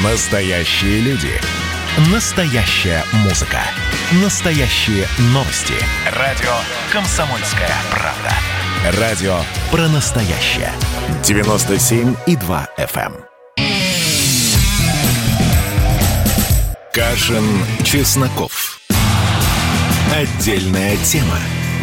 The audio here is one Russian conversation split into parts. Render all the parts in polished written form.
Настоящие люди. Настоящая музыка. Настоящие новости. Радио «Комсомольская правда». Радио про настоящее. 97,2 FM. Кашин, Чесноков. Отдельная тема.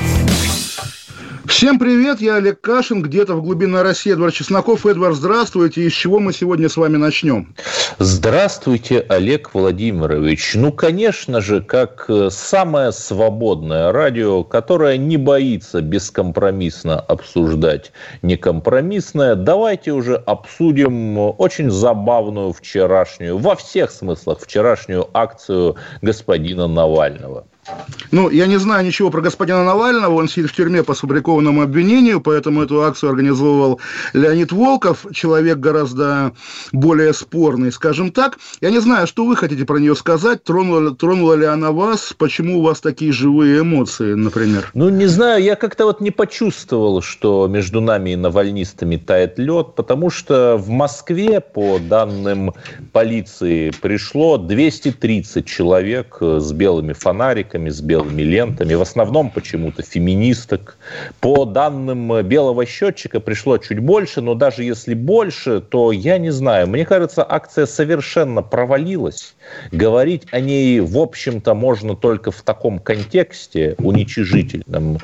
Всем привет, я Олег Кашин, где-то в глубинной России Эдвард Чесноков. Эдвард, здравствуйте. И с чего мы сегодня с вами начнем? Здравствуйте, Олег Владимирович. Ну, конечно же, как самое свободное радио, которое не боится бескомпромиссно обсуждать некомпромиссное, давайте уже обсудим очень забавную вчерашнюю, во всех смыслах, вчерашнюю акцию господина Навального. Ну, я не знаю ничего про господина Навального, он сидит в тюрьме по сфабрикованному обвинению, поэтому эту акцию организовывал Леонид Волков, человек гораздо более спорный, скажем так. Я не знаю, что вы хотите про нее сказать, тронула ли она вас, почему у вас такие живые эмоции, например? Ну, не знаю, я как-то вот не почувствовал, что между нами и навальнистами тает лед, потому что в Москве, по данным полиции, пришло 230 человек с белыми фонариками, с белыми лентами, в основном почему-то феминисток. По данным белого счетчика пришло чуть больше, но даже если больше, то я не знаю. Мне кажется, акция совершенно провалилась. Говорить о ней, в общем-то, можно только в таком контексте уничижительном.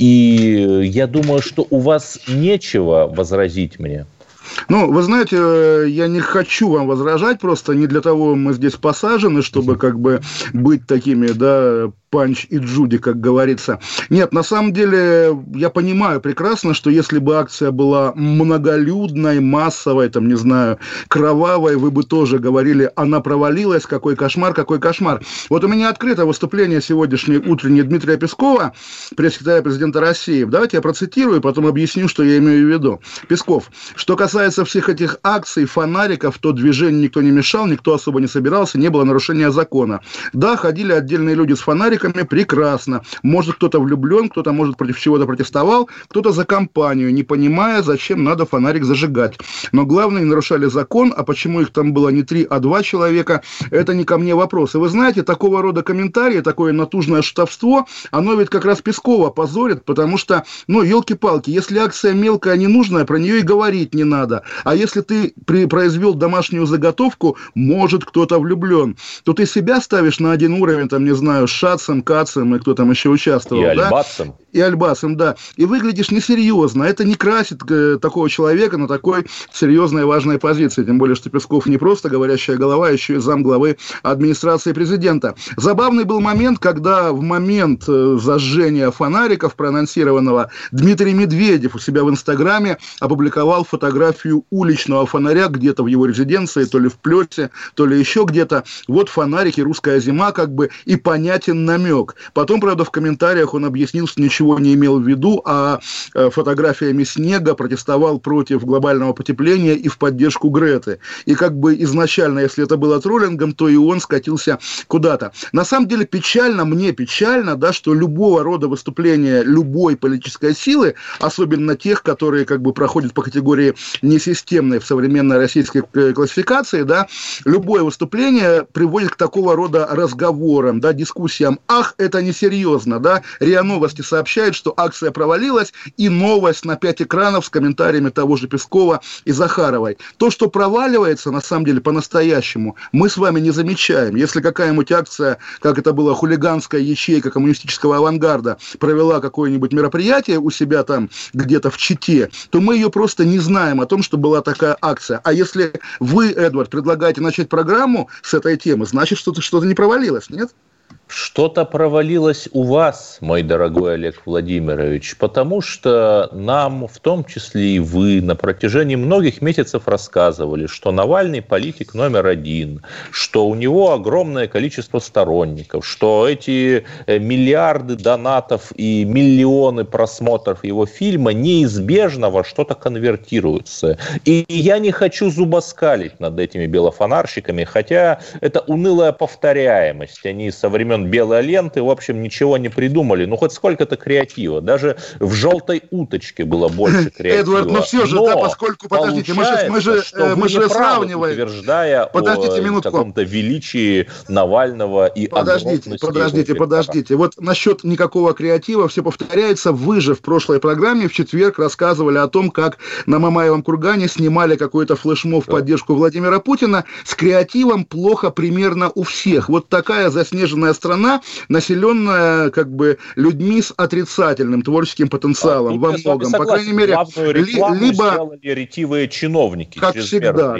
И я думаю, что у вас нечего возразить мне. Ну, вы знаете, я не хочу вам возражать, просто не для того мы здесь посажены, чтобы как бы быть такими, да, Панч и Джуди, как говорится. Нет, на самом деле, я понимаю прекрасно, что если бы акция была многолюдной, массовой, там, не знаю, кровавой, вы бы тоже говорили, она провалилась, какой кошмар, какой кошмар. Вот у меня открыто выступление сегодняшнее утреннее Дмитрия Пескова, пресс-секретаря президента России. Давайте я процитирую, потом объясню, что я имею в виду. Песков. Что касается всех этих акций, фонариков, то движению никто не мешал, никто особо не собирался, не было нарушения закона. Да, ходили отдельные люди с фонариками, прекрасно. Может, кто-то влюблен, кто-то, может, против чего-то протестовал, кто-то за компанию, не понимая, зачем надо фонарик зажигать. Но главное, не нарушали закон, а почему их там было не 3, а 2 человека, это не ко мне вопрос. И вы знаете, такого рода комментарии, такое натужное шутовство, оно ведь как раз Пескова позорит, потому что, ну, елки-палки, если акция мелкая, ненужная, про нее и говорить не надо. А если ты произвел домашнюю заготовку, может, кто-то влюблен, то ты себя ставишь на один уровень, там, не знаю, с Шацем, Кацем и кто там еще участвовал. И Альбасом. Да? И Альбасом, да. И выглядишь несерьезно. Это не красит такого человека на такой серьезной и важной позиции. Тем более, что Песков не просто говорящая голова, а еще и замглавы администрации президента. Забавный был момент, когда в момент зажжения фонариков проанонсированного Дмитрий Медведев у себя в Инстаграме опубликовал фотографию уличного фонаря где-то в его резиденции, то ли в Плёсе, то ли еще где-то. Вот фонарики, русская зима, как бы, и понятен намек. Потом, правда, в комментариях он объяснил, что ничего не имел в виду, а фотографиями снега протестовал против глобального потепления и в поддержку Греты. И как бы изначально, если это было троллингом, то и он скатился куда-то. На самом деле печально, мне печально, да, что любого рода выступления любой политической силы, особенно тех, которые как бы проходят по категории несистемной в современной российской классификации, да, любое выступление приводит к такого рода разговорам, да, дискуссиям. Ах, это несерьезно, да. РИА Новости сообщает, что акция провалилась, и новость на 5 экранов с комментариями того же Пескова и Захаровой. То, что проваливается, на самом деле, по-настоящему, мы с вами не замечаем. Если какая-нибудь акция, как это была хулиганская ячейка коммунистического авангарда, провела какое-нибудь мероприятие у себя там где-то в Чите, то мы ее просто не знаем о том, что была такая акция. А если вы, Эдвард, предлагаете начать программу с этой темы, значит, что-то не провалилось, нет? Что-то провалилось у вас, мой дорогой Олег Владимирович, потому что нам, в том числе и вы, на протяжении многих месяцев рассказывали, что Навальный политик номер один, что у него огромное количество сторонников, что эти миллиарды донатов и миллионы просмотров его фильма неизбежно во что-то конвертируются. И я не хочу зубоскалить над этими белофонарщиками, хотя это унылая повторяемость. Они со времен черно-белые ленты, в общем, ничего не придумали. Ну, хоть сколько-то креатива. Даже в «Желтой уточке» было больше креатива. Эдвард, ну все же, да, поскольку, подождите, мы же сравниваем. Утверждая о каком-то величии Навального и огромности. Подождите. Вот насчет никакого креатива все повторяется. Вы же в прошлой программе в четверг рассказывали о том, как на Мамаевом кургане снимали какой-то флешмоб в поддержку Владимира Путина. С креативом плохо примерно у всех. Вот такая заснеженная страна, населенная как бы людьми с отрицательным творческим потенциалом во многом. По крайней мере, либо ретивые чиновники. Как всегда,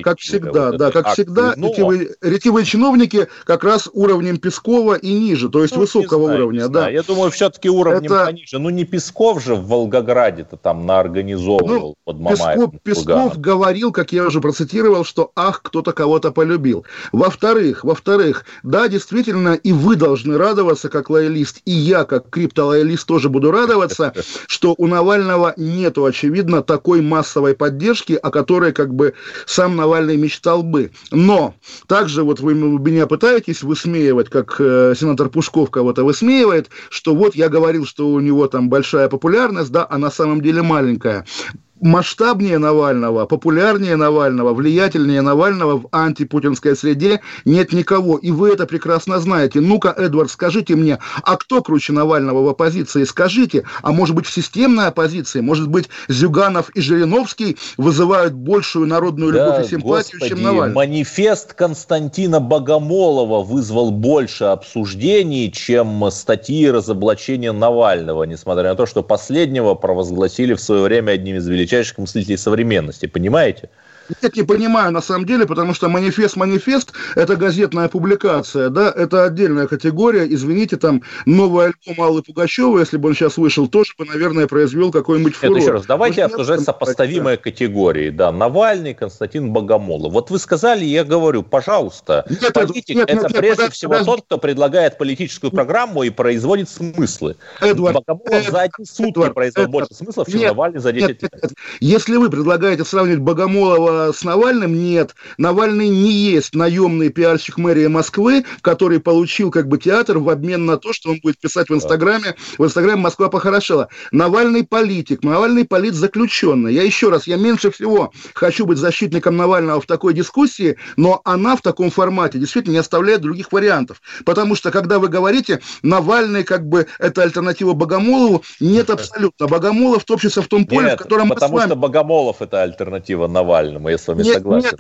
ретивые чиновники как раз уровнем Пескова и ниже, то есть высокого уровня. Да. Я думаю, все-таки уровнем пониже. Ну, не Песков же в Волгограде-то там наорганизовывал под Мамаевым. Песков говорил, как я уже процитировал, что кто-то кого-то полюбил. Во-вторых, да, действительно, и вы должны радоваться, как лоялист, и я, как криптолоялист, тоже буду радоваться, что у Навального нету, очевидно, такой массовой поддержки, о которой как бы сам Навальный мечтал бы. Но также вот вы меня пытаетесь высмеивать, как сенатор Пушков кого-то высмеивает, что вот я говорил, что у него там большая популярность, да, а на самом деле маленькая. Масштабнее Навального, популярнее Навального, влиятельнее Навального в антипутинской среде нет никого. И вы это прекрасно знаете. Ну-ка, Эдвард, скажите мне, а кто круче Навального в оппозиции? Скажите, а может быть в системной оппозиции? Может быть Зюганов и Жириновский вызывают большую народную любовь и симпатию, чем Навальный? Манифест Константина Богомолова вызвал больше обсуждений, чем статьи разоблачения Навального, несмотря на то, что последнего провозгласили в свое время одним из величайших мыслителей современности, понимаете? Нет, не понимаю, на самом деле, потому что манифест – это газетная публикация, да, это отдельная категория, извините, там, новый альбом Аллы Пугачевой, если бы он сейчас вышел, тоже бы, наверное, произвел какой-нибудь фурор. Это еще раз, давайте обсуждать сопоставимые категории, да, Навальный, Константин Богомолов. Вот вы сказали, я говорю, пожалуйста, политик – это прежде всего тот, кто предлагает политическую программу и производит смыслы. Богомолов за одни сутки произвел больше смыслов, чем Навальный за 10 лет. Если вы предлагаете сравнивать Богомолова с Навальным, нет. Навальный не есть наемный пиарщик мэрии Москвы, который получил как бы театр в обмен на то, что он будет писать в Инстаграме. В Инстаграме Москва похорошела. Навальный политик, Навальный политзаключенный. Я меньше всего хочу быть защитником Навального в такой дискуссии, но она в таком формате действительно не оставляет других вариантов. Потому что, когда вы говорите, Навальный как бы это альтернатива Богомолову, нет абсолютно. Богомолов топчется в том поле, в котором мы с вами... Потому что Богомолов это альтернатива Навальному. Я с вами согласен.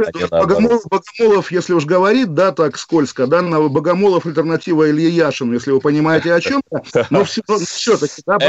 Богомолов, если уж говорит, да, так скользко, да, Богомолов альтернатива Илье Яшину, если вы понимаете, о чем. Но все-таки, да,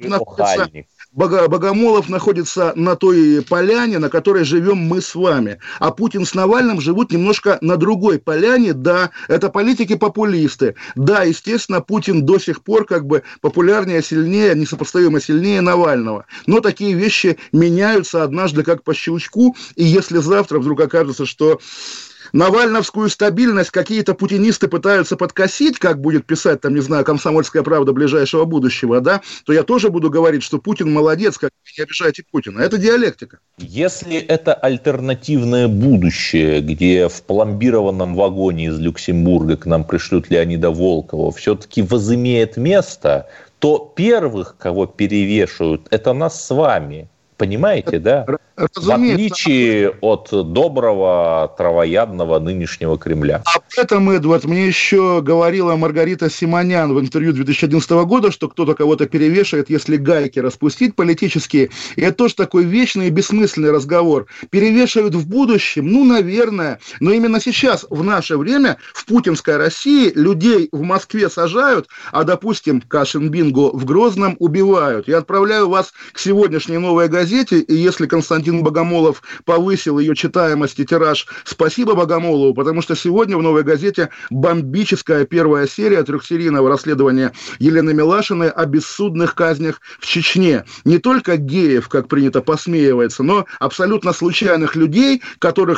Богомолов находится на той поляне, на которой живем мы с вами. А Путин с Навальным живут немножко на другой поляне, да, это политики-популисты. Да, естественно, Путин до сих пор как бы популярнее, сильнее, несопоставимо сильнее Навального. Но такие вещи меняются однажды как по щелчку, и если завтра вдруг окажется, что навальновскую стабильность какие-то путинисты пытаются подкосить, как будет писать, там, не знаю, «Комсомольская правда» ближайшего будущего, да, то я тоже буду говорить, что Путин молодец, как не обижайте Путина. Это диалектика. Если это альтернативное будущее, где в пломбированном вагоне из Люксембурга к нам пришлют Леонида Волкова, все-таки возымеет место, то первых, кого перевешивают, это нас с вами. Понимаете, да? В отличие от доброго, травоядного нынешнего Кремля. Об этом, Эдвард, мне еще говорила Маргарита Симонян в интервью 2011 года, что кто-то кого-то перевешивает, если гайки распустить политические. И это тоже такой вечный и бессмысленный разговор. Перевешивают в будущем? Ну, наверное. Но именно сейчас, в наше время, в путинской России людей в Москве сажают, а, допустим, Кашин-Бинго в Грозном убивают. Я отправляю вас к сегодняшней «Новой газете», и если Константин Богомолов повысил ее читаемость и тираж, спасибо Богомолову, потому что сегодня в «Новой газете» бомбическая первая серия трехсерийного расследования Елены Милашиной о бессудных казнях в Чечне. Не только геев, как принято, посмеивается, но абсолютно случайных людей, которых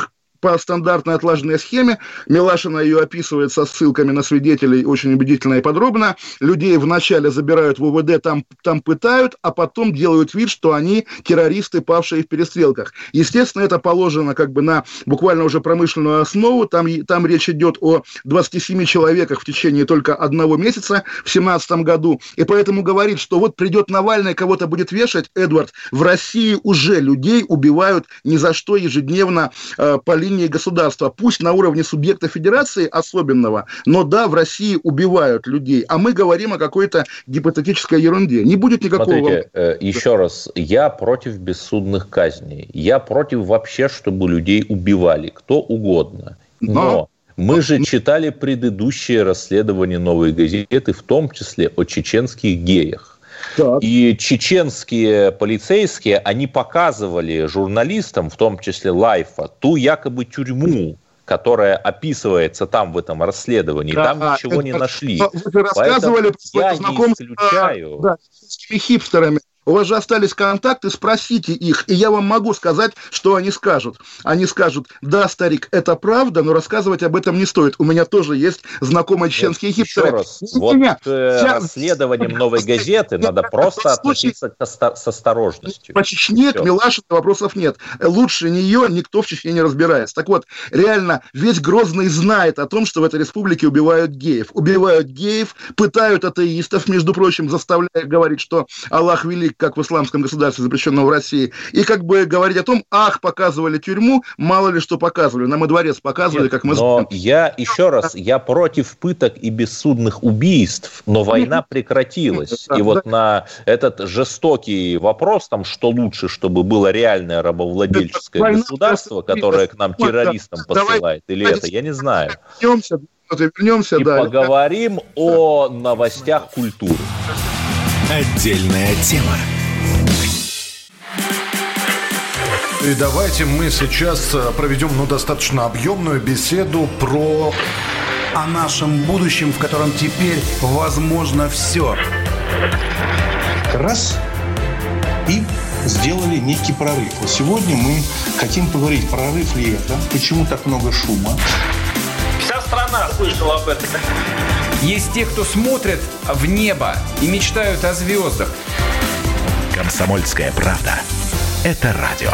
по стандартной отлаженной схеме. Милашина ее описывает со ссылками на свидетелей очень убедительно и подробно. Людей вначале забирают в УВД, там пытают, а потом делают вид, что они террористы, павшие в перестрелках. Естественно, это положено как бы на буквально уже промышленную основу. Там речь идет о 27 человеках в течение только 1 месяца в 2017 году. И поэтому говорит, что вот придет Навальный, кого-то будет вешать, Эдвард, в России уже людей убивают ни за что ежедневно по линии государства. Пусть на уровне субъекта федерации особенного, но да, в России убивают людей. А мы говорим о какой-то гипотетической ерунде. Не будет никакого... Смотрите, еще раз, я против бессудных казней. Я против вообще, чтобы людей убивали, кто угодно. Но мы же читали предыдущие расследования «Новой газеты», в том числе о чеченских геях. Так. И чеченские полицейские, они показывали журналистам, в том числе Лайфа, ту якобы тюрьму, которая описывается там в этом расследовании. Да, там ничего не нашли. Вы же рассказывали, я не исключаю. С хипстерами. У вас же остались контакты, спросите их, и я вам могу сказать, что они скажут. Они скажут: да, старик, это правда, но рассказывать об этом не стоит. У меня тоже есть знакомые чеченские хипстеры. Еще раз, расследованием «Новой газеты» надо просто относиться с осторожностью. По Чечне к Милашиной вопросов нет. Лучше нее никто в Чечне не разбирается. Так вот, реально, весь Грозный знает о том, что в этой республике убивают геев. Убивают геев, пытают атеистов, между прочим, заставляя говорить, что Аллах велик, как в исламском государстве, запрещенном в России, и как бы говорить о том, показывали тюрьму, мало ли что показывали, нам и дворец показывали, как мы знаем. Но я против пыток и бессудных убийств, но война прекратилась. И вот на этот жестокий вопрос, там, что лучше, чтобы было реальное рабовладельческое государство, которое к нам террористам посылает, или это, я не знаю. Вернемся, и поговорим о новостях культуры. Отдельная тема. И давайте мы сейчас проведем достаточно объемную беседу о нашем будущем, в котором теперь возможно все. Раз и сделали некий прорыв. Вот сегодня мы хотим поговорить, прорыв ли это, почему так много шума. Вся страна слышала об этом. Есть те, кто смотрят в небо и мечтают о звездах. «Комсомольская правда» – это радио.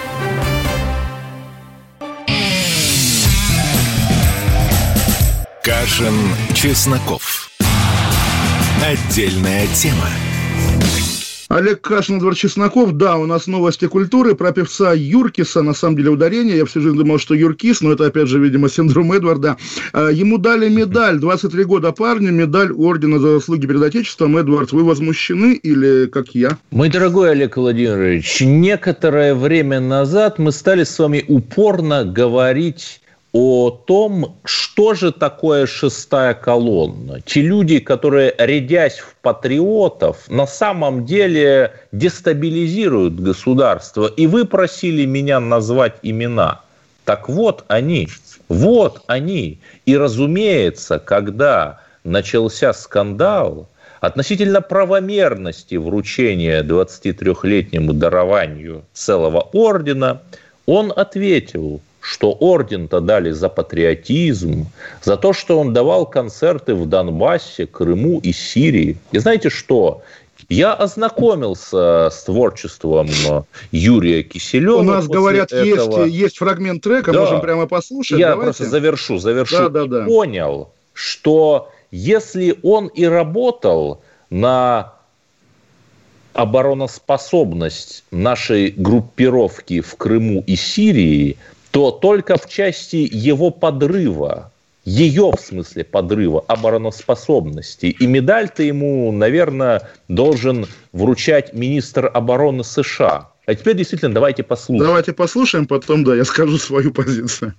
Кашин, Чесноков. Отдельная тема. Олег Кашин, Эдвард Чесноков. Да, у нас новости культуры про певца Юркиса. На самом деле ударение. Я всю жизнь думал, что Юркис, но это, опять же, видимо, синдром Эдварда. Ему дали медаль. 23 года парню. Медаль ордена за заслуги перед Отечеством. Эдвард, вы возмущены или как я? Мой дорогой Олег Владимирович, некоторое время назад мы стали с вами упорно говорить о том, что же такое шестая колонна. Те люди, которые, рядясь в патриотов, на самом деле дестабилизируют государство. И вы просили меня назвать имена. Так вот они. И, разумеется, когда начался скандал относительно правомерности вручения 23-летнему дарованию целого ордена, он ответил, что орден-то дали за патриотизм, за то, что он давал концерты в Донбассе, Крыму и Сирии. И знаете что? Я ознакомился с творчеством Юрия Киселева. У нас, говорят, есть фрагмент трека, да. Можем прямо послушать. Я просто завершу. Да. Понял, что если он и работал на обороноспособность нашей группировки в Крыму и Сирии, то только в части его подрыва, подрыва обороноспособности. И медаль-то ему, наверное, должен вручать министр обороны США. А теперь действительно давайте послушаем. Давайте послушаем, потом, я скажу свою позицию.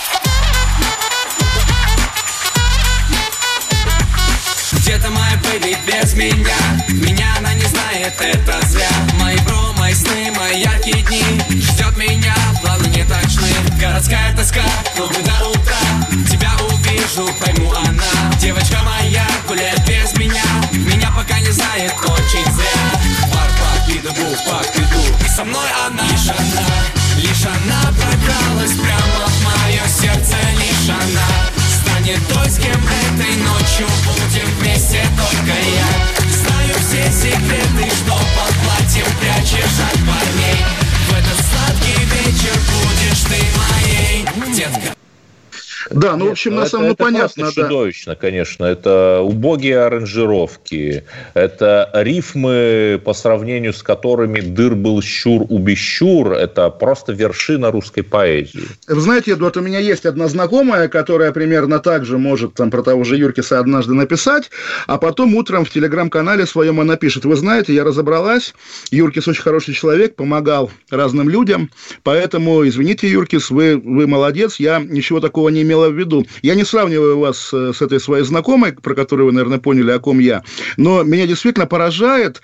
Где-то моя бэйби без меня. Меня она не знает, это зря. Мои сны, мои яркие дни. Ждет меня, планы не точны. Городская тоска, клубы до утра. Тебя увижу, пойму она. Девочка моя гуляет без меня. Меня пока не знает, очень зря. Пак, иду, и со мной она. Лишь она. Лишь она прокралась прямо в мое сердце. Лишь она станет той, с кем этой ночью будем вместе только я. Знаю все секреты, что под платьем прячешь от парней. В этот сладкий вечер будешь ты моей, детка. Да, ну, в общем, на самом деле понятно. Это чудовищно, конечно. Это убогие аранжировки, это рифмы, по сравнению с которыми «дыр был щур у бещур». Это просто вершина русской поэзии. Вы знаете, Эдуард, у меня есть одна знакомая, которая примерно так же может там про того же Юркиса однажды написать, а потом утром в телеграм-канале своем она пишет: вы знаете, я разобралась, Юркис очень хороший человек, помогал разным людям, поэтому, извините, Юркис, вы молодец, я ничего такого не имела в виду. Я не сравниваю вас с этой своей знакомой, про которую вы, наверное, поняли, о ком я, но меня действительно поражает,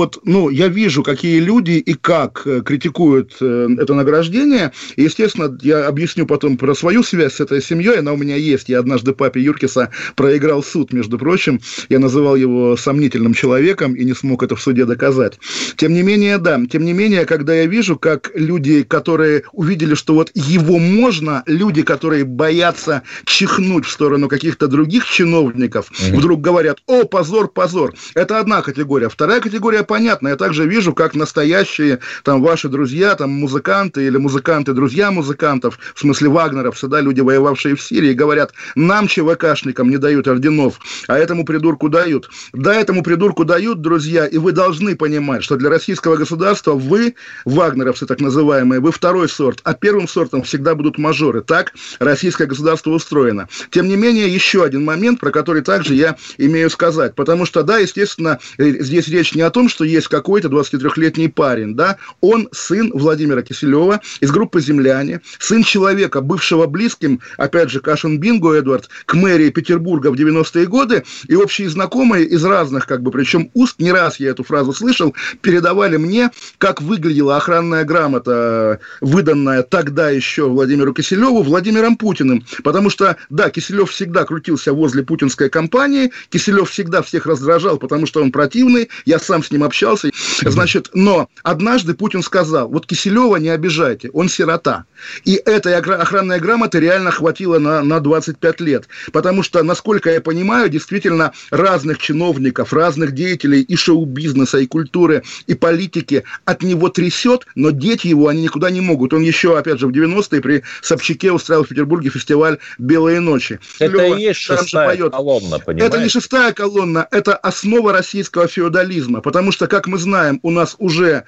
я вижу, какие люди и как критикуют это награждение, и, естественно, я объясню потом про свою связь с этой семьей, она у меня есть, я однажды папе Юркиса проиграл суд, между прочим, я называл его сомнительным человеком и не смог это в суде доказать. Тем не менее, когда я вижу, как люди, которые увидели, что вот его можно, люди, которые боятся чихнуть в сторону каких-то других чиновников, вдруг говорят: о, позор, позор. Это одна категория. Вторая категория понятна. Я также вижу, как настоящие там ваши друзья, там музыканты или музыканты, друзья музыкантов, в смысле вагнеровцы, да, люди, воевавшие в Сирии, говорят: нам, ЧВКшникам, не дают орденов, а этому придурку дают. Да, этому придурку дают, друзья, и вы должны понимать, что для российского государства вы, вагнеровцы так называемые, вы второй сорт, а первым сортом всегда будут мажоры. Так российское государство устроено. Тем не менее, еще один момент, про который также я имею сказать. Потому что, да, естественно, здесь речь не о том, что есть какой-то 23-летний парень, да, он сын Владимира Киселева из группы «Земляне», сын человека, бывшего близким, опять же, Кашин Бинго, Эдуард, к мэрии Петербурга в 90-е годы, и общие знакомые из разных, причем уст, не раз я эту фразу слышал, передавали мне, как выглядела охранная грамота, выданная тогда еще Владимиру Киселеву, Владимиром Путиным. Потому что, да, Киселев всегда крутился возле путинской кампании, Киселев всегда всех раздражал, потому что он противный, я сам с ним общался, значит, но однажды Путин сказал: вот Киселева не обижайте, он сирота. И этой охранной грамоты реально хватило на 25 лет, потому что, насколько я понимаю, действительно разных чиновников, разных деятелей и шоу-бизнеса, и культуры, и политики от него трясет, но деть его они никуда не могут. Он еще, опять же, в 90-е при Собчаке устраивал в Петербурге фестиваль «Белые ночи». Это Лёва, и есть шестая колонна, понимаете? Это не шестая колонна, это основа российского феодализма, потому что, как мы знаем, у нас уже,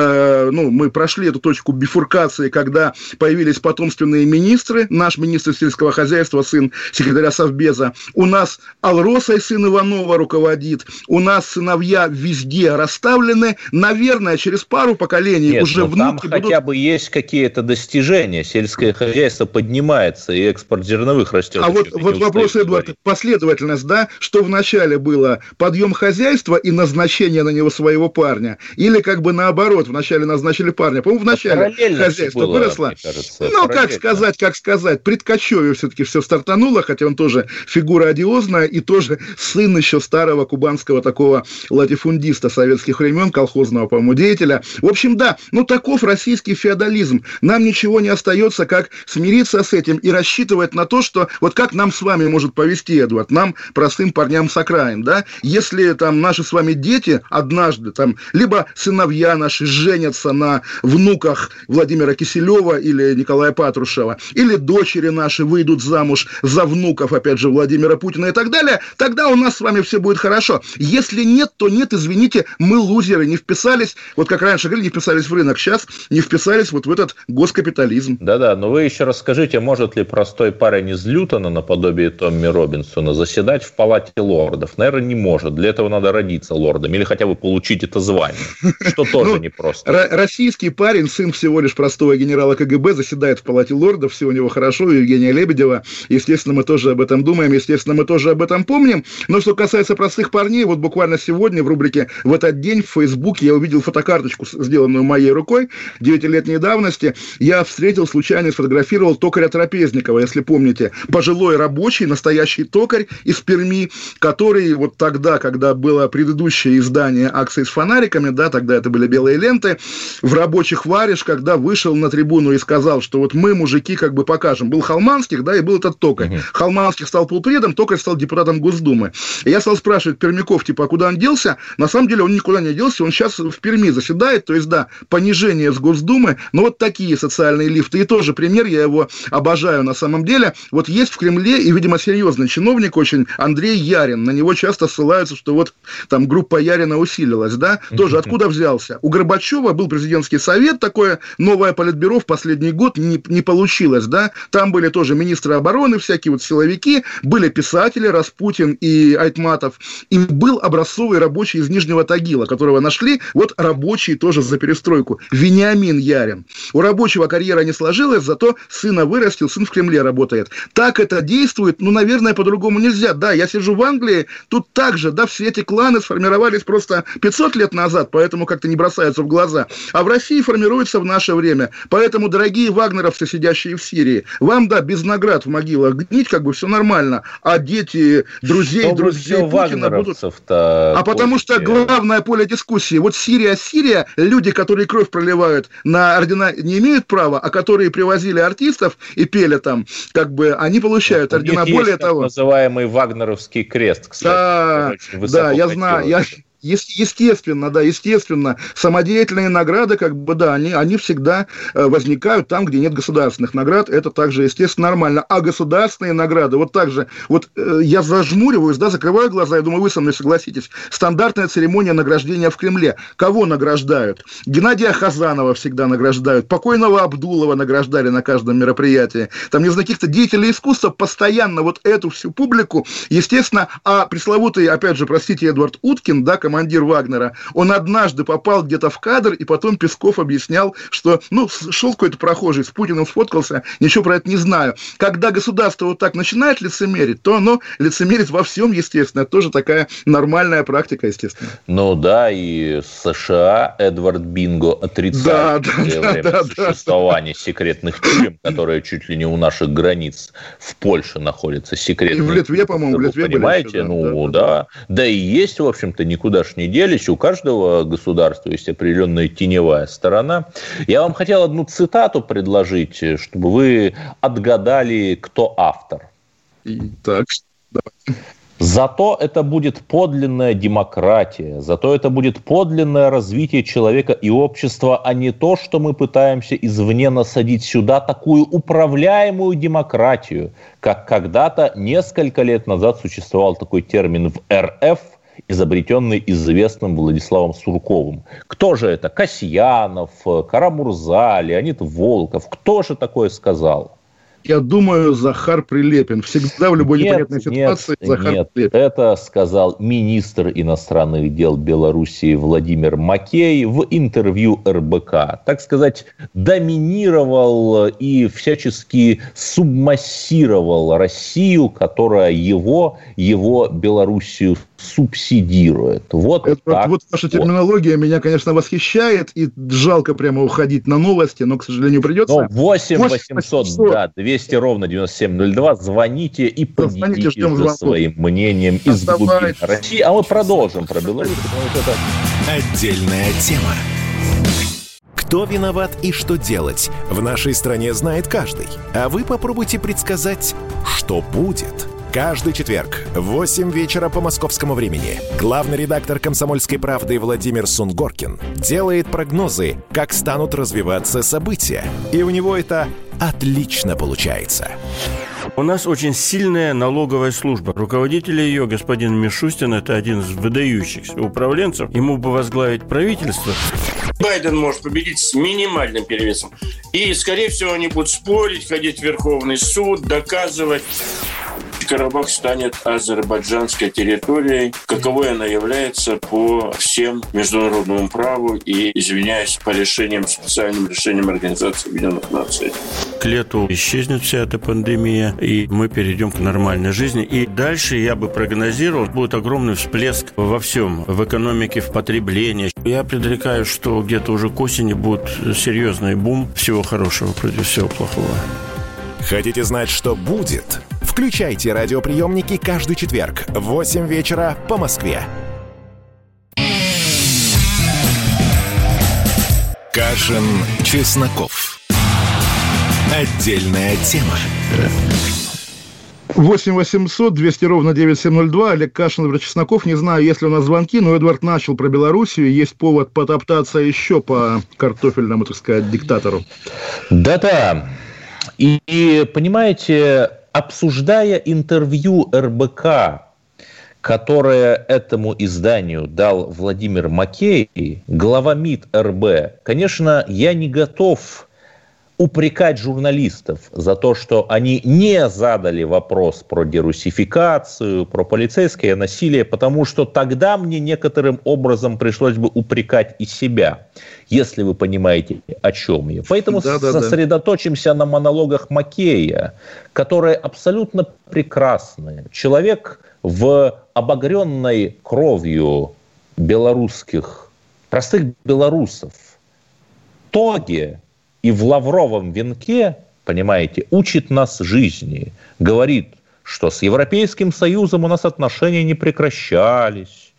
мы прошли эту точку бифуркации, когда появились потомственные министры, наш министр сельского хозяйства, сын секретаря Совбеза, у нас Алросой сын Иванова руководит, у нас сыновья везде расставлены, наверное, через пару поколений уже внуки там хотя бы есть какие-то достижения, сельское хозяйство поднимается, и экспорт зерновых растет. А вот вопрос, Эдуард, последовательность, да, что вначале было подъем хозяйства и назначение на него своего парня, или наоборот, вначале назначили парня, по-моему, вначале хозяйство выросло. Кажется, как сказать, при Ткачеве все-таки все стартануло, хотя он тоже фигура одиозная и тоже сын еще старого кубанского такого латифундиста советских времен, колхозного, по-моему, деятеля. В общем, да, таков российский феодализм. Нам ничего не остается, как смириться с этим и рассчитывать на то, что вот как нам с вами может повести, Эдуард, нам, простым парням с окраин, да, если там наши с вами дети однажды, там, либо сыновья наши женятся на внуках Владимира Киселева или Николая Патрушева, или дочери наши выйдут замуж за внуков, опять же, Владимира Путина и так далее, тогда у нас с вами все будет хорошо. Если нет, то нет, извините, мы лузеры, не вписались, вот как раньше говорили, не вписались в рынок, сейчас не вписались вот в этот госкапитализм. Да-да, но вы еще расскажите, может ли простой парень из Лютона, наподобие Томми Робинсона, заседать в палате лордов? Наверное, не может. Для этого надо родиться лордом или хотя бы получить это звание, что тоже непросто. Российский парень, сын всего лишь простого генерала КГБ, заседает в палате лордов, все у него хорошо, у Евгения Лебедева. Естественно, мы тоже об этом думаем, естественно, мы тоже об этом помним. Но что касается простых парней, вот буквально сегодня в рубрике «В этот день» в Фейсбуке я увидел фотокарточку, сделанную моей рукой, 9-летней давности. Я встретил, случайно сфотографировал токаря Трапезникова. Если помните, пожилой рабочий, настоящий токарь из Перми, который вот тогда, когда было предыдущее издание «Акции с фонариками», да, тогда это были белые ленты, в рабочих варежках, когда вышел на трибуну и сказал, что вот мы, мужики, как бы покажем. Был Холманских, да, и был этот токарь. Холманских стал полпредом, токарь стал депутатом Госдумы. И я стал спрашивать пермяков, типа, а куда он делся? На самом деле он никуда не делся, он сейчас в Перми заседает, то есть, да, понижение с Госдумы, но вот такие социальные лифты. И тоже пример, я его обожаю на самом деле. Вот есть в Кремле, и, видимо, серьезный чиновник очень, Андрей Ярин. На него часто ссылаются, что вот там группа Ярина усилилась, да? Тоже откуда взялся? У Горбачева был президентский совет, такое новое политбюро в последний год не получилось, да? Там были тоже министры обороны, всякие вот силовики, были писатели, Распутин и Айтматов, и был образцовый рабочий из Нижнего Тагила, которого нашли, вот рабочий тоже за перестройку, Вениамин Ярин. У рабочего карьера не сложилась, зато сына вырастил, сын в Кремле работает. Так это действует, ну, наверное, по-другому нельзя. Да, я сижу в Англии, тут также, да, все эти кланы сформировались просто 500 лет назад, поэтому как-то не бросаются в глаза. А в России формируются в наше время. Поэтому, дорогие вагнеровцы, сидящие в Сирии, вам, да, без наград в могилах гнить, как бы все нормально, а дети друзей Путина будут... А потому что главное поле дискуссии, вот Сирия, люди, которые кровь проливают на ордена, не имеют права, а которые привозили артистов и пели там, как бы, они получают ордена. Более того... называемый Вагнеровский крест, кстати. Да, я знаю, Естественно, самодеятельные награды, как бы, да, они всегда возникают там, где нет государственных наград, это также, естественно, нормально. А государственные награды, вот так же, вот я зажмуриваюсь, да, закрываю глаза, я думаю, вы со мной согласитесь, стандартная церемония награждения в Кремле. Кого награждают? Геннадия Хазанова всегда награждают, покойного Абдулова награждали на каждом мероприятии, там, не знаю, каких-то деятелей искусства постоянно вот эту всю публику, естественно, а пресловутый, опять же, простите, Эдвард Уткин, да, командир Вагнера, он однажды попал где-то в кадр, и потом Песков объяснял, что, ну, шел какой-то прохожий, с Путиным сфоткался, ничего про это не знаю. Когда государство вот так начинает лицемерить, то оно лицемерит во всем, естественно. Это тоже такая нормальная практика, естественно. Ну да, и США Эдвард Бинго отрицает существование секретных тюрем, которые чуть ли не у наших границ в Польше находятся, секретные. И в Литве, по-моему, в Литве понимаете, да и есть, в общем-то, никуда ж не делись. У каждого государства есть определенная теневая сторона. Я вам хотел одну цитату предложить, чтобы вы отгадали, кто автор. Так, давайте. Зато это будет подлинная демократия, зато это будет подлинное развитие человека и общества, а не то, что мы пытаемся извне насадить сюда такую управляемую демократию, как когда-то несколько лет назад существовал такой термин в РФ, изобретенный известным Владиславом Сурковым. Кто же это? Касьянов, Карамурза, Леонид Волков. Кто же такое сказал? Я думаю, Захар Прилепин. Всегда в любой непонятной ситуации Захар Прилепин. Это сказал министр иностранных дел Белоруссии Владимир Макей в интервью РБК. Так сказать, доминировал и всячески субмассировал Россию, которая его Белоруссию субсидирует. Вот ваша терминология меня, конечно, восхищает, и жалко прямо уходить на новости, но, к сожалению, придется. 8 800, 200 ровно 9702, звоните и поделитесь своим мнением из глубины России. А мы продолжим про Беларусь. Отдельная тема. Кто виноват и что делать, в нашей стране знает каждый. А вы попробуйте предсказать, что будет. Каждый четверг в 8 вечера по московскому времени главный редактор «Комсомольской правды» Владимир Сунгоркин делает прогнозы, как станут развиваться события. И у него это отлично получается. У нас очень сильная налоговая служба. Руководитель ее, господин Мишустин, это один из выдающихся управленцев. Ему бы возглавить правительство. Байден может победить с минимальным перевесом. И, скорее всего, они будут спорить, ходить в Верховный суд, доказывать. Карабах станет азербайджанской территорией, каковой она является по всем международному праву и, извиняюсь, по специальным решениям Организации Объединенных Наций. К лету исчезнет вся эта пандемия, и мы перейдем к нормальной жизни. И дальше, я бы прогнозировал, будет огромный всплеск во всем, в экономике, в потреблении. Я предрекаю, что где-то уже к осени будет серьезный бум всего хорошего против всего плохого. Хотите знать, что будет? Включайте радиоприемники каждый четверг в 8 вечера по Москве. Кашин, Чесноков. Отдельная тема. 8 800 200 ровно 9702. Олег Кашин, Эдвард Чесноков. Не знаю, есть ли у нас звонки, но Эдвард начал про Белоруссию. Есть повод потоптаться еще по картофельному, так сказать, диктатору. Да-да. И понимаете, обсуждая интервью РБК, которое этому изданию дал Владимир Макей, глава МИД РБ, конечно, я не готов упрекать журналистов за то, что они не задали вопрос про дерусификацию, про полицейское насилие, потому что тогда мне некоторым образом пришлось бы упрекать и себя, если вы понимаете, о чем я. Поэтому сосредоточимся на монологах Макея, которые абсолютно прекрасны. Человек в обогренной кровью белорусских, простых белорусов, тоге и в лавровом венке, понимаете, учит нас жизни, говорит, что с Европейским Союзом у нас отношения не прекращались,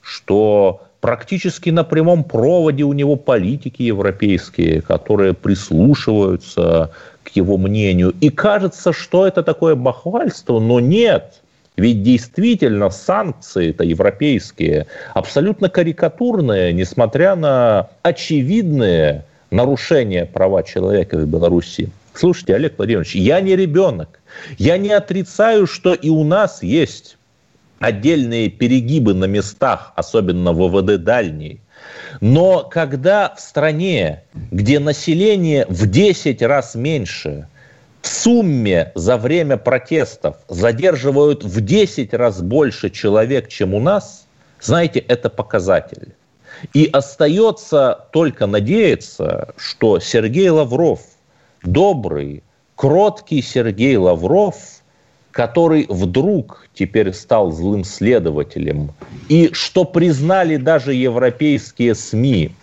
что практически на прямом проводе у него политики европейские, которые прислушиваются к его мнению. И кажется, что это такое бахвальство, но нет. Ведь действительно санкции-то европейские абсолютно карикатурные, несмотря на очевидные нарушения права человека в Беларуси. Слушайте, Олег Владимирович, я не ребенок. Я не отрицаю, что и у нас есть отдельные перегибы на местах, особенно в ВВД дальней. Но когда в стране, где население в 10 раз меньше, в сумме за время протестов задерживают в 10 раз больше человек, чем у нас, знаете, это показатель. И остается только надеяться, что Сергей Лавров, добрый, кроткий Сергей Лавров, который вдруг теперь стал злым следователем, и что признали даже европейские СМИ,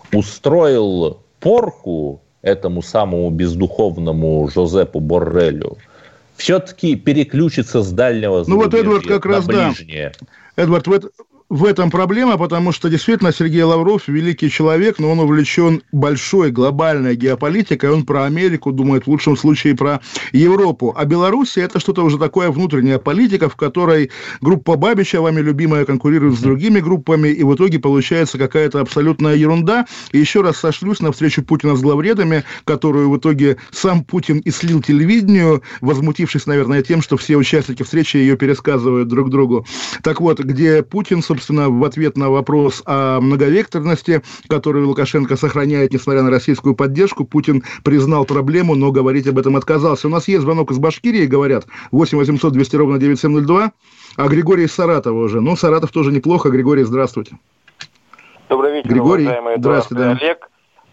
устроил порку этому самому бездуховному Жозепу Борреллю, все-таки переключится с дальнего зарубежья на ближнее. Эдвард, в этом проблема, потому что действительно Сергей Лавров великий человек, но он увлечен большой глобальной геополитикой, он про Америку думает, в лучшем случае про Европу. А Белоруссия – это что-то уже такое внутренняя политика, в которой группа Бабича, вами любимая, конкурирует с другими группами, и в итоге получается какая-то абсолютная ерунда. И еще раз сошлюсь на встречу Путина с главредами, которую в итоге сам Путин и слил телевидению, возмутившись, наверное, тем, что все участники встречи ее пересказывают друг другу. Так вот, где Путин, собственно, в ответ на вопрос о многовекторности, которую Лукашенко сохраняет, несмотря на российскую поддержку, Путин признал проблему, но говорить об этом отказался. У нас есть звонок из Башкирии, говорят, 8 800 200 ровно 9702, а Григорий из Саратова уже. Ну, Саратов тоже неплохо. Григорий, здравствуйте. Добрый вечер, Григорий, уважаемый здравствуйте, да. Олег.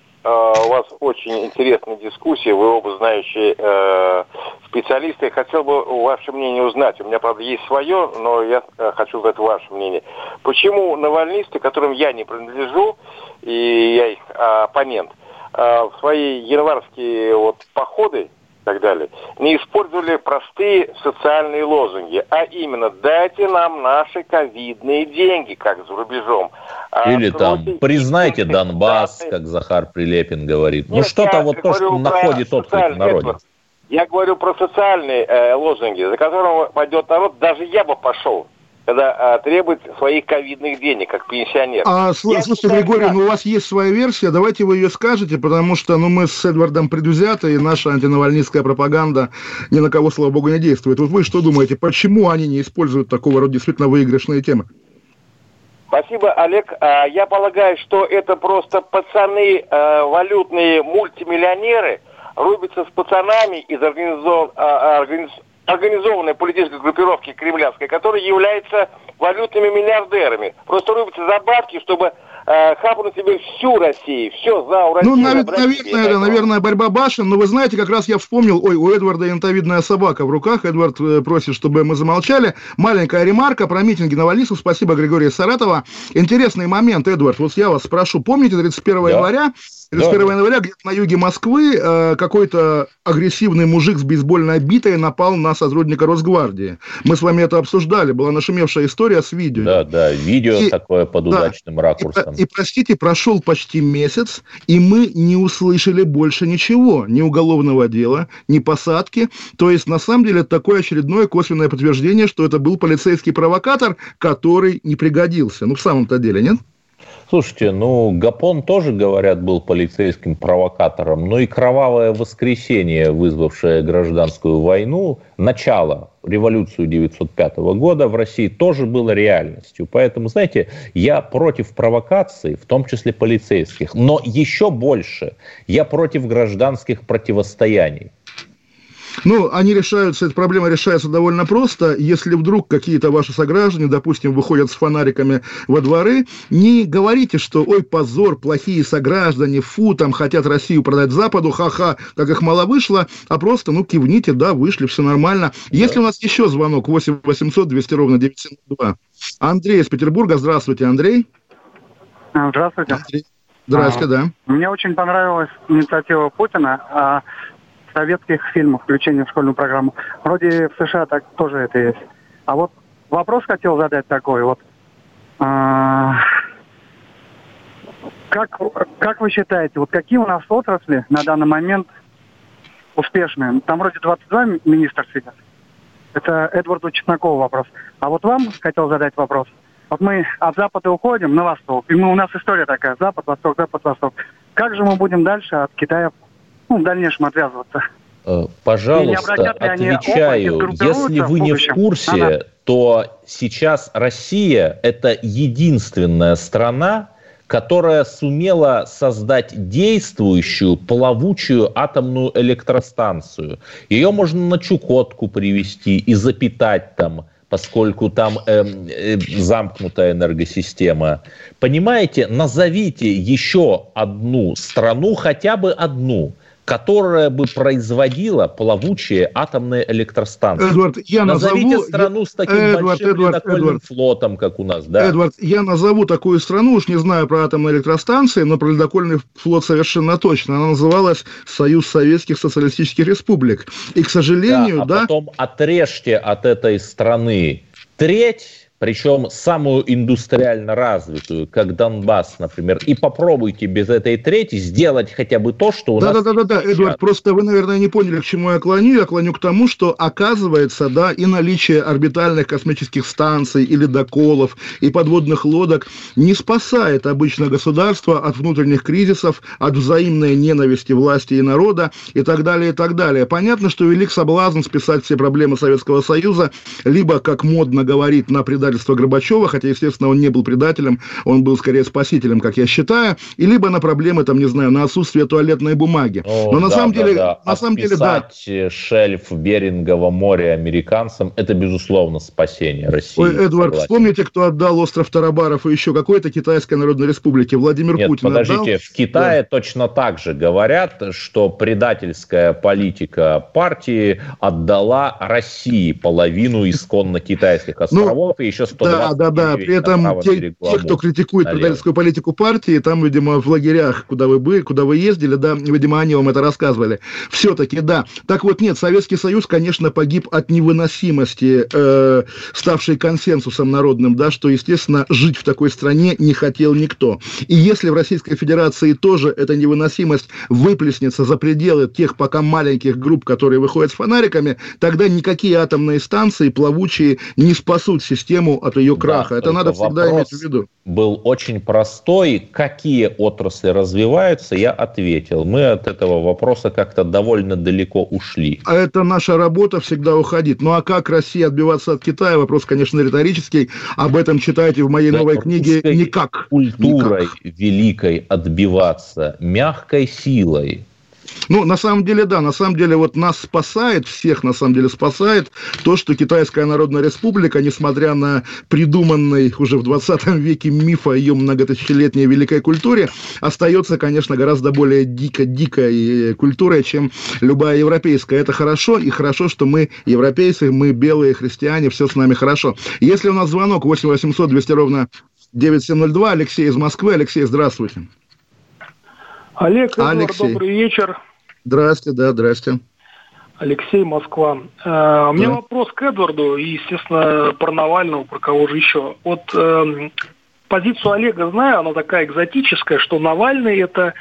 У вас очень интересная дискуссия, вы оба знающие специалисты. Хотел бы ваше мнение узнать. У меня, правда, есть свое, но я хочу знать ваше мнение. Почему навальнисты, которым я не принадлежу, и я их оппонент, в свои январские походы и так далее, не использовали простые социальные лозунги, а именно «дайте нам наши ковидные деньги», как за рубежом. Или там «признайте Донбасс», как Захар Прилепин говорит. Нет, что-то вот то, что находит отклик в народе. Я говорю про социальные лозунги, за которым пойдет народ, даже я бы пошел, когда требует своих ковидных денег, как пенсионер. Слушайте, Григорий, у вас есть своя версия, давайте вы ее скажете, потому что мы с Эдвардом предвзяты, и наша антинавальнистская пропаганда ни на кого, слава богу, не действует. Вот вы что думаете, почему они не используют такого рода действительно выигрышные темы? Спасибо, Олег. Я полагаю, что это просто пацаны, валютные мультимиллионеры, рубятся с пацанами из организованной политической группировки кремлевской, которые являются валютными миллиардерами. Просто рубятся за бабки, чтобы хапнуть себе всю Россию, все за Россию. Ну, наверное, борьба башен, но вы знаете, как раз я вспомнил, у Эдварда янтовидная собака в руках, Эдвард просит, чтобы мы замолчали. Маленькая ремарка про митинги навалистов, спасибо, Григорий из Саратова. Интересный момент, Эдвард, вот я вас спрошу, помните 31 января, где-то на юге Москвы какой-то агрессивный мужик с бейсбольной битой напал на сотрудника Росгвардии. Мы с вами это обсуждали, была нашумевшая история с видео. Да, видео такое под удачным ракурсом. И, простите, прошел почти месяц, и мы не услышали больше ничего. Ни уголовного дела, ни посадки. То есть, на самом деле, это такое очередное косвенное подтверждение, что это был полицейский провокатор, который не пригодился. Ну, в самом-то деле, нет? Слушайте, Гапон тоже, говорят, был полицейским провокатором, но и кровавое воскресенье, вызвавшее гражданскую войну, начало, революцию 1905 года в России, тоже было реальностью. Поэтому, знаете, я против провокаций, в том числе полицейских, но еще больше я против гражданских противостояний. Эта проблема решается довольно просто. Если вдруг какие-то ваши сограждане, допустим, выходят с фонариками во дворы, не говорите, что ой, позор, плохие сограждане, фу, там хотят Россию продать Западу, ха-ха, как их мало вышло, а просто, кивните, да, вышли, все нормально. Да. Если у нас еще звонок, 8 800 200 ровно 972. Андрей из Петербурга, здравствуйте, Андрей. Здравствуйте. Андрей. Здравствуйте, да. Мне очень понравилась инициатива Путина советских фильмов, включение в школьную программу. Вроде в США так тоже это есть. А вот вопрос хотел задать такой. Как вы считаете, какие у нас отрасли на данный момент успешные? Там вроде 22 министра сидят. Это Эдварду Чеснокову вопрос. А вот вам хотел задать вопрос. Вот мы от Запада уходим на Восток. И у нас история такая. Запад, Восток, Запад, Восток. Как же мы будем дальше от Китая в дальнейшем отвязываться? Пожалуйста, отвечаю. Если вы не в курсе, то сейчас Россия – это единственная страна, которая сумела создать действующую плавучую атомную электростанцию. Ее можно на Чукотку привезти и запитать там, поскольку там замкнутая энергосистема. Понимаете, назовите еще одну страну, хотя бы одну, которая бы производила плавучие атомные электростанции. Эдвард, Назовите страну с таким большим ледокольным флотом, как у нас. Да? Эдвард, я назову такую страну, уж не знаю про атомные электростанции, но про ледокольный флот совершенно точно. Она называлась Союз Советских Социалистических Республик. И, к сожалению, потом отрежьте от этой страны треть, причем самую индустриально развитую, как Донбасс, например, и попробуйте без этой трети сделать хотя бы то, что у нас... Да, Эдвард, просто вы, наверное, не поняли, к чему я клоню. Я клоню к тому, что, оказывается, и наличие орбитальных космических станций и ледоколов, и подводных лодок не спасает обычно государство от внутренних кризисов, от взаимной ненависти власти и народа, и так далее, и так далее. Понятно, что велик соблазн списать все проблемы Советского Союза, либо, как модно говорить, на предательство Горбачева, хотя, естественно, он не был предателем, он был скорее спасителем, как я считаю, и либо на проблемы, на отсутствие туалетной бумаги. Но на самом деле, шельф Берингового моря американцам, это, безусловно, спасение России. Ой, Эдвард, вспомните, кто отдал остров Тарабаров и еще какой-то Китайской Народной Республике? Владимир Путин подождите, в Китае точно так же говорят, что предательская политика партии отдала России половину исконно китайских островов и еще 120. Да. При этом те, кто критикует предательскую политику партии, там, видимо, в лагерях, куда вы ездили, видимо, они вам это рассказывали. Все-таки, да. Так вот, нет, Советский Союз, конечно, погиб от невыносимости, ставшей консенсусом народным, что, естественно, жить в такой стране не хотел никто. И если в Российской Федерации тоже эта невыносимость выплеснется за пределы тех пока маленьких групп, которые выходят с фонариками, тогда никакие атомные станции плавучие не спасут систему от ее краха. Это надо всегда иметь в виду. Был очень простой. Какие отрасли развиваются, я ответил. Мы от этого вопроса как-то довольно далеко ушли. А это наша работа всегда уходить. Ну а как России отбиваться от Китая? Вопрос, конечно, риторический. Об этом читайте в моей новой книге «Никак». Культурой великой отбиваться, мягкой силой. Ну, на самом деле, да, на самом деле, вот нас спасает, всех на самом деле спасает то, что Китайская Народная Республика, несмотря на придуманный уже в 20 веке миф о ее многотысячелетней великой культуре, остается, конечно, гораздо более дикой культурой, чем любая европейская. Это хорошо, и хорошо, что мы европейцы, мы белые христиане, все с нами хорошо. Если у нас звонок 8 800 200 ровно 9702, Алексей из Москвы. Алексей, здравствуйте. Олег, добрый вечер. Здрасте, да, здрасте. Алексей, Москва. У меня вопрос к Эдварду и, естественно, про Навального, про кого же еще. Вот позицию Олега знаю, она такая экзотическая, что Навальный это,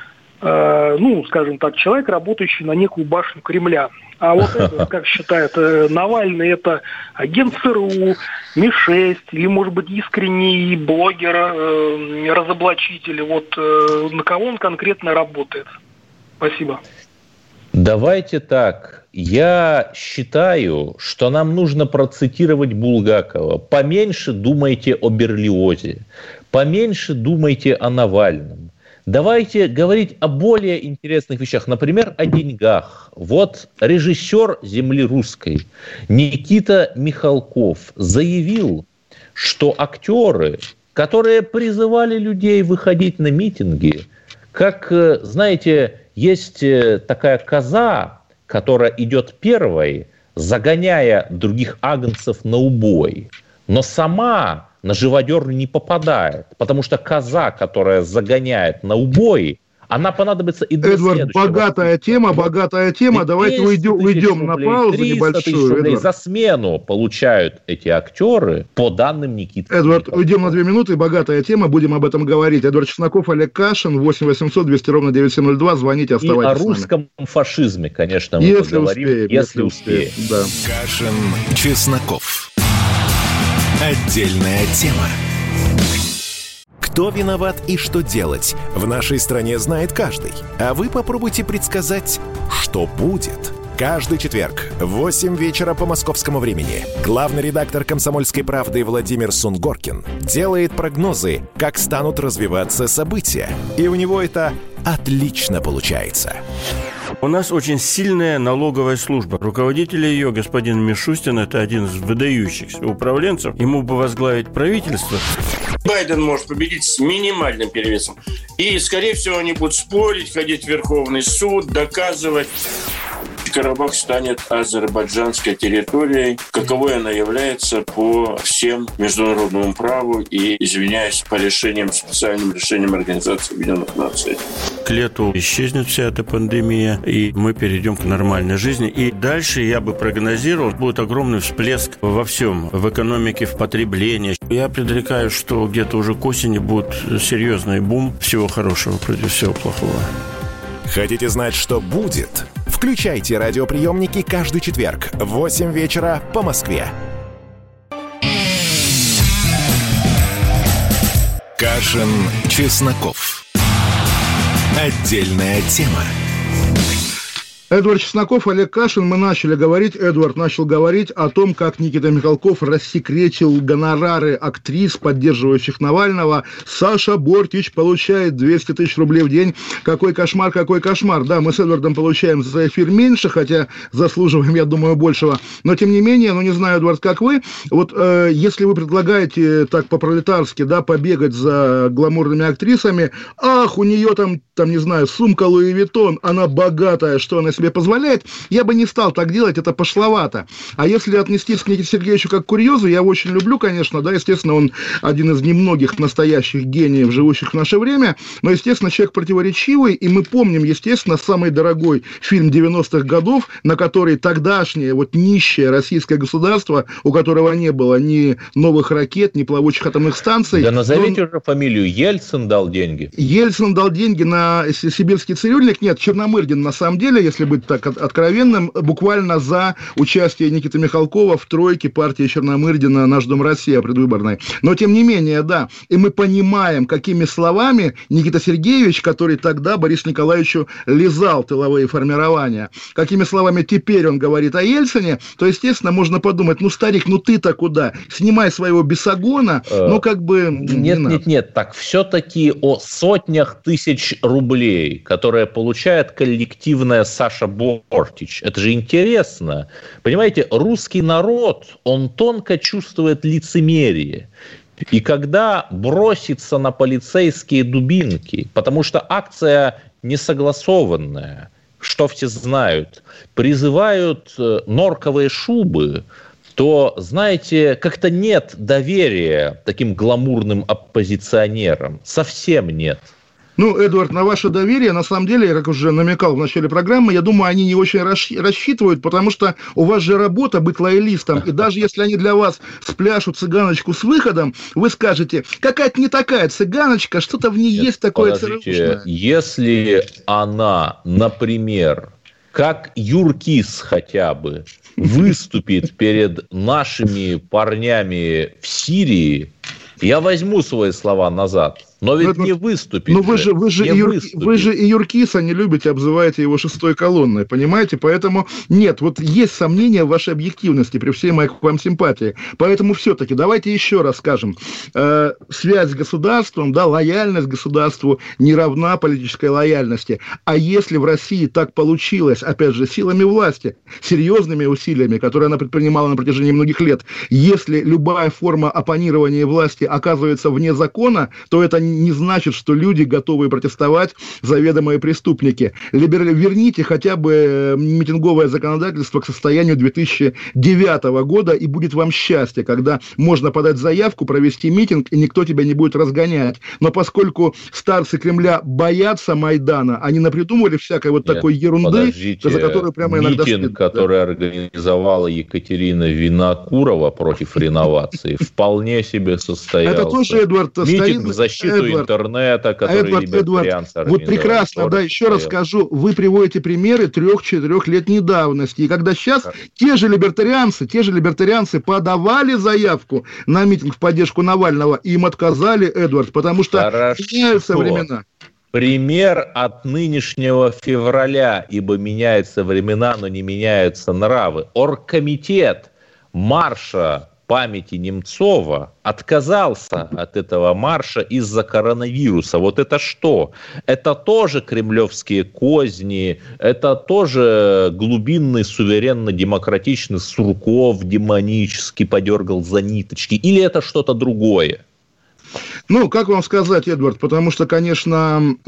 скажем так, человек, работающий на некую башню Кремля. А вот это, как считает Навальный, это агент ЦРУ, Ми-6, или, может быть, искренний блогер, разоблачитель. Вот на кого он конкретно работает? Спасибо. Давайте так. Я считаю, что нам нужно процитировать Булгакова. Поменьше думайте о Берлиозе, поменьше думайте о Навальном. Давайте говорить о более интересных вещах, например, о деньгах. Вот режиссер «Земли русской» Никита Михалков заявил, что актеры, которые призывали людей выходить на митинги, как, знаете, есть такая коза, которая идет первой, загоняя других агнцев на убой, но сама на живодерню не попадает, потому что коза, которая загоняет на убой, она понадобится и для Эдвард, следующего. богатая тема. Давайте уйдем на паузу небольшую. Рублей за смену получают эти актеры, по данным Никиты. Эдвард, уйдем на 2 минуты. Богатая тема, будем об этом говорить. Эдвард Чесноков, Олег Кашин, 8 800 200 ровно 9702. Звоните, оставайтесь с нами. И о русском фашизме, конечно, мы поговорим, если успеем. Да. Кашин, Чесноков. Отдельная тема. Кто виноват и что делать, в нашей стране знает каждый. А вы попробуйте предсказать, что будет. Каждый четверг в 8 вечера по московскому времени главный редактор «Комсомольской правды» Владимир Сунгоркин делает прогнозы, как станут развиваться события. И у него это отлично получается. У нас очень сильная налоговая служба. Руководитель ее, господин Мишустин, это один из выдающихся управленцев. Ему бы возглавить правительство. Байден может победить с минимальным перевесом. И, скорее всего, они будут спорить, ходить в Верховный суд, доказывать. Карабах станет азербайджанской территорией, каковой она является по всем международному праву и, извиняюсь, по специальным решениям Организации Объединенных Наций. К лету исчезнет вся эта пандемия, и мы перейдем к нормальной жизни. И дальше, я бы прогнозировал, будет огромный всплеск во всем, в экономике, в потреблении. Я предрекаю, что где-то уже к осени будет серьезный бум. Всего хорошего против всего плохого. Хотите знать, что будет? Включайте радиоприемники каждый четверг в 8 вечера по Москве. Кашин, Чесноков. Отдельная тема. Эдвард Чесноков, Олег Кашин. Мы начали говорить, Эдвард начал говорить о том, как Никита Михалков рассекретил гонорары актрис, поддерживающих Навального. Саша Бортич получает 200 тысяч рублей в день. Какой кошмар, какой кошмар. Да, мы с Эдвардом получаем за эфир меньше, хотя заслуживаем, я думаю, большего. Но, тем не менее, не знаю, Эдвард, как вы, вот если вы предлагаете так по-пролетарски, да, побегать за гламурными актрисами, ах, у нее там, не знаю, сумка Луи Виттон, она богатая, что она себе позволяет, я бы не стал так делать, это пошловато. А если отнестись к Никите Сергеевичу как к курьезу, я его очень люблю, конечно, да, естественно, он один из немногих настоящих гениев, живущих в наше время, но, естественно, человек противоречивый, и мы помним, естественно, самый дорогой фильм 90-х годов, на который тогдашнее, нищее российское государство, у которого не было ни новых ракет, ни плавучих атомных станций. Да назовите уже фамилию. Ельцин дал деньги. Ельцин дал деньги на сибирский цирюльник. Нет, Черномырдин, на самом деле, если быть так откровенным, буквально за участие Никиты Михалкова в тройке партии Черномырдина «Наш дом Россия» предвыборной. Но, тем не менее, да, и мы понимаем, какими словами Никита Сергеевич, который тогда Борису Николаевичу лизал тыловые формирования, какими словами теперь он говорит о Ельцине, то, естественно, можно подумать, ну, старик, ну ты-то куда? Снимай своего бесогона, ну, как бы... Нет, так все-таки о сотнях тысяч рублей, которые получает коллективная Саша Бортич. Это же интересно. Понимаете, русский народ, он тонко чувствует лицемерие. И когда бросится на полицейские дубинки, потому что акция несогласованная, что все знают, призывают норковые шубы, то, знаете, как-то нет доверия таким гламурным оппозиционерам. Совсем нет. Ну, Эдуард, на ваше доверие, на самом деле, я как уже намекал в начале программы, я думаю, они не очень рассчитывают, потому что у вас же работа быть лоялистом, и даже если они для вас спляшут цыганочку с выходом, вы скажете, какая-то не такая цыганочка, что-то в ней есть такое ЦРУшное. Если она, например, как Юркис хотя бы, выступит перед нашими парнями в Сирии, я возьму свои слова назад. Но ведь не выступит. Но вы же и Юркиса не любите, обзываете его шестой колонной, понимаете? Поэтому нет, вот есть сомнения в вашей объективности при всей моей к вам симпатии. Поэтому все-таки давайте еще раз скажем, связь с государством, да, лояльность государству не равна политической лояльности. А если в России так получилось, опять же, силами власти, серьезными усилиями, которые она предпринимала на протяжении многих лет, если любая форма оппонирования власти оказывается вне закона, то это не значит, что люди, готовые протестовать, заведомые преступники. Верните хотя бы митинговое законодательство к состоянию 2009 года, и будет вам счастье, когда можно подать заявку, провести митинг, и никто тебя не будет разгонять. Но поскольку старцы Кремля боятся Майдана, они напридумывали всякой вот такой ерунды, за которую прямо иногда... Митинг, который организовала Екатерина Винокурова против реновации, вполне себе состоялся. Это тоже, Эдуард, митинг в защиту интернета, который либертарианцы организовали. Вот прекрасно, да, еще раз скажу, вы приводите примеры 3-4-летней давности, и когда сейчас те же либертарианцы подавали заявку на митинг в поддержку Навального, им отказали, Эдуард, потому что меняются времена. Пример от нынешнего февраля, ибо меняются времена, но не меняются нравы. Оргкомитет марша памяти Немцова отказался от этого марша из-за коронавируса. Вот это что? Это тоже кремлевские козни, это тоже глубинный суверенно-демократичный Сурков демонически подергал за ниточки, или это что-то другое? Ну, как вам сказать, Эдвард, потому что, конечно...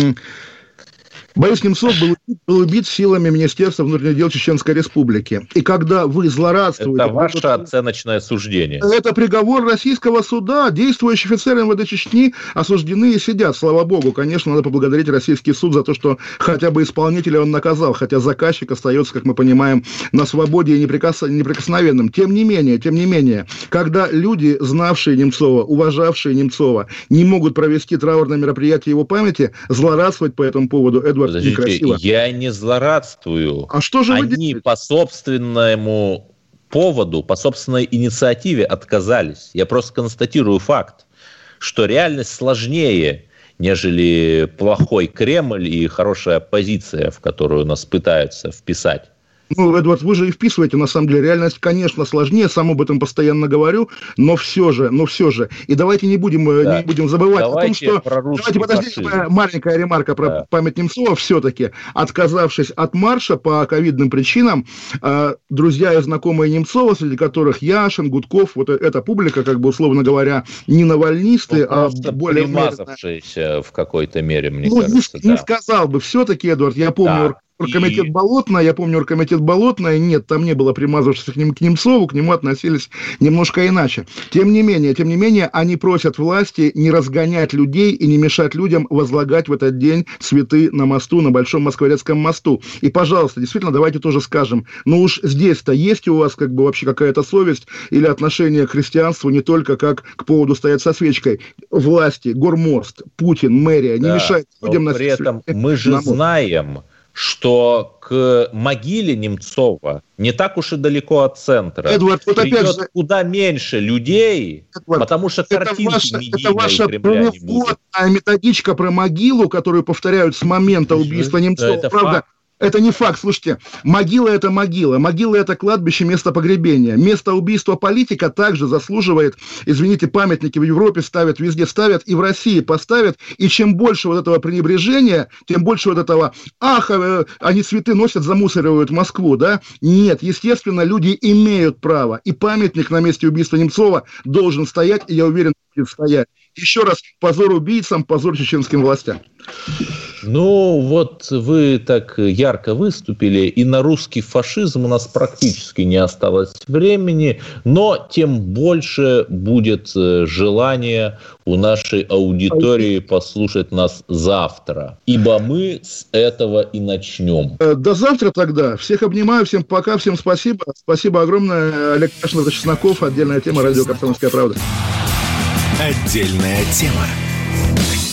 Борис Немцов был убит силами Министерства внутренних дел Чеченской Республики. И когда вы злорадствуете... Это ваше оценочное суждение. Это приговор российского суда. Действующие офицеры МВД Чечни осуждены и сидят, слава богу. Конечно, надо поблагодарить российский суд за то, что хотя бы исполнителя он наказал, хотя заказчик остается, как мы понимаем, на свободе и неприкосновенным. Тем не менее, когда люди, знавшие Немцова, уважавшие Немцова, не могут провести траурное мероприятие его памяти, злорадствовать по этому поводу, Эдвард, подождите, я не злорадствую. А что же вы делаете? По собственному поводу, по собственной инициативе отказались. Я просто констатирую факт, что реальность сложнее, нежели плохой Кремль и хорошая оппозиция, в которую нас пытаются вписать. Ну, Эдвард, вы же и вписываете, на самом деле, реальность, конечно, сложнее, сам об этом постоянно говорю, но все же. И давайте не будем забывать о том, что... Давайте, подождите, маленькая ремарка про память Немцова. Все-таки, отказавшись от марша по ковидным причинам, друзья и знакомые Немцова, среди которых Яшин, Гудков, вот эта публика, как бы, условно говоря, не навальнисты, а более... примазавшиеся в какой-то мере, мне кажется. Не сказал бы. Все-таки, Эдвард, я помню... Оргкомитет Болотное, нет, там не было примазавшихся к Немцову, к нему относились немножко иначе. Тем не менее, они просят власти не разгонять людей и не мешать людям возлагать в этот день цветы на мосту, на Большом Москворецком мосту. И, пожалуйста, действительно, давайте тоже скажем, ну уж здесь-то есть у вас как бы вообще какая-то совесть или отношение к христианству не только как к поводу стоять со свечкой. Власти, Гормост, Путин, мэрия не мешают людям носить цветы. При этом мы же знаем, что к могиле Немцова не так уж и далеко от центра Эдвард, вот придет опять же, куда меньше людей, Эдвард, потому что картинки это ваша переводная методичка про могилу, которую повторяют с момента убийства Немцова. Это правда? факт. Это не факт. Слушайте, могила – это могила. Могила – это кладбище, место погребения. Место убийства политика также заслуживает, извините, памятники в Европе ставят, везде ставят, и в России поставят. И чем больше вот этого пренебрежения, тем больше вот этого они цветы носят, замусоривают Москву, да? Нет, естественно, люди имеют право. И памятник на месте убийства Немцова должен стоять, и я уверен, будет стоять. Еще раз, позор убийцам, позор чеченским властям. Ну, вот вы так ярко выступили, и на русский фашизм у нас практически не осталось времени, но тем больше будет желание у нашей аудитории послушать нас завтра, ибо мы с этого и начнем. До завтра тогда. Всех обнимаю, всем пока, всем спасибо. Спасибо огромное. Олег Кашинов, Чесноков, отдельная тема, радио «Комсомольская правда». Отдельная тема.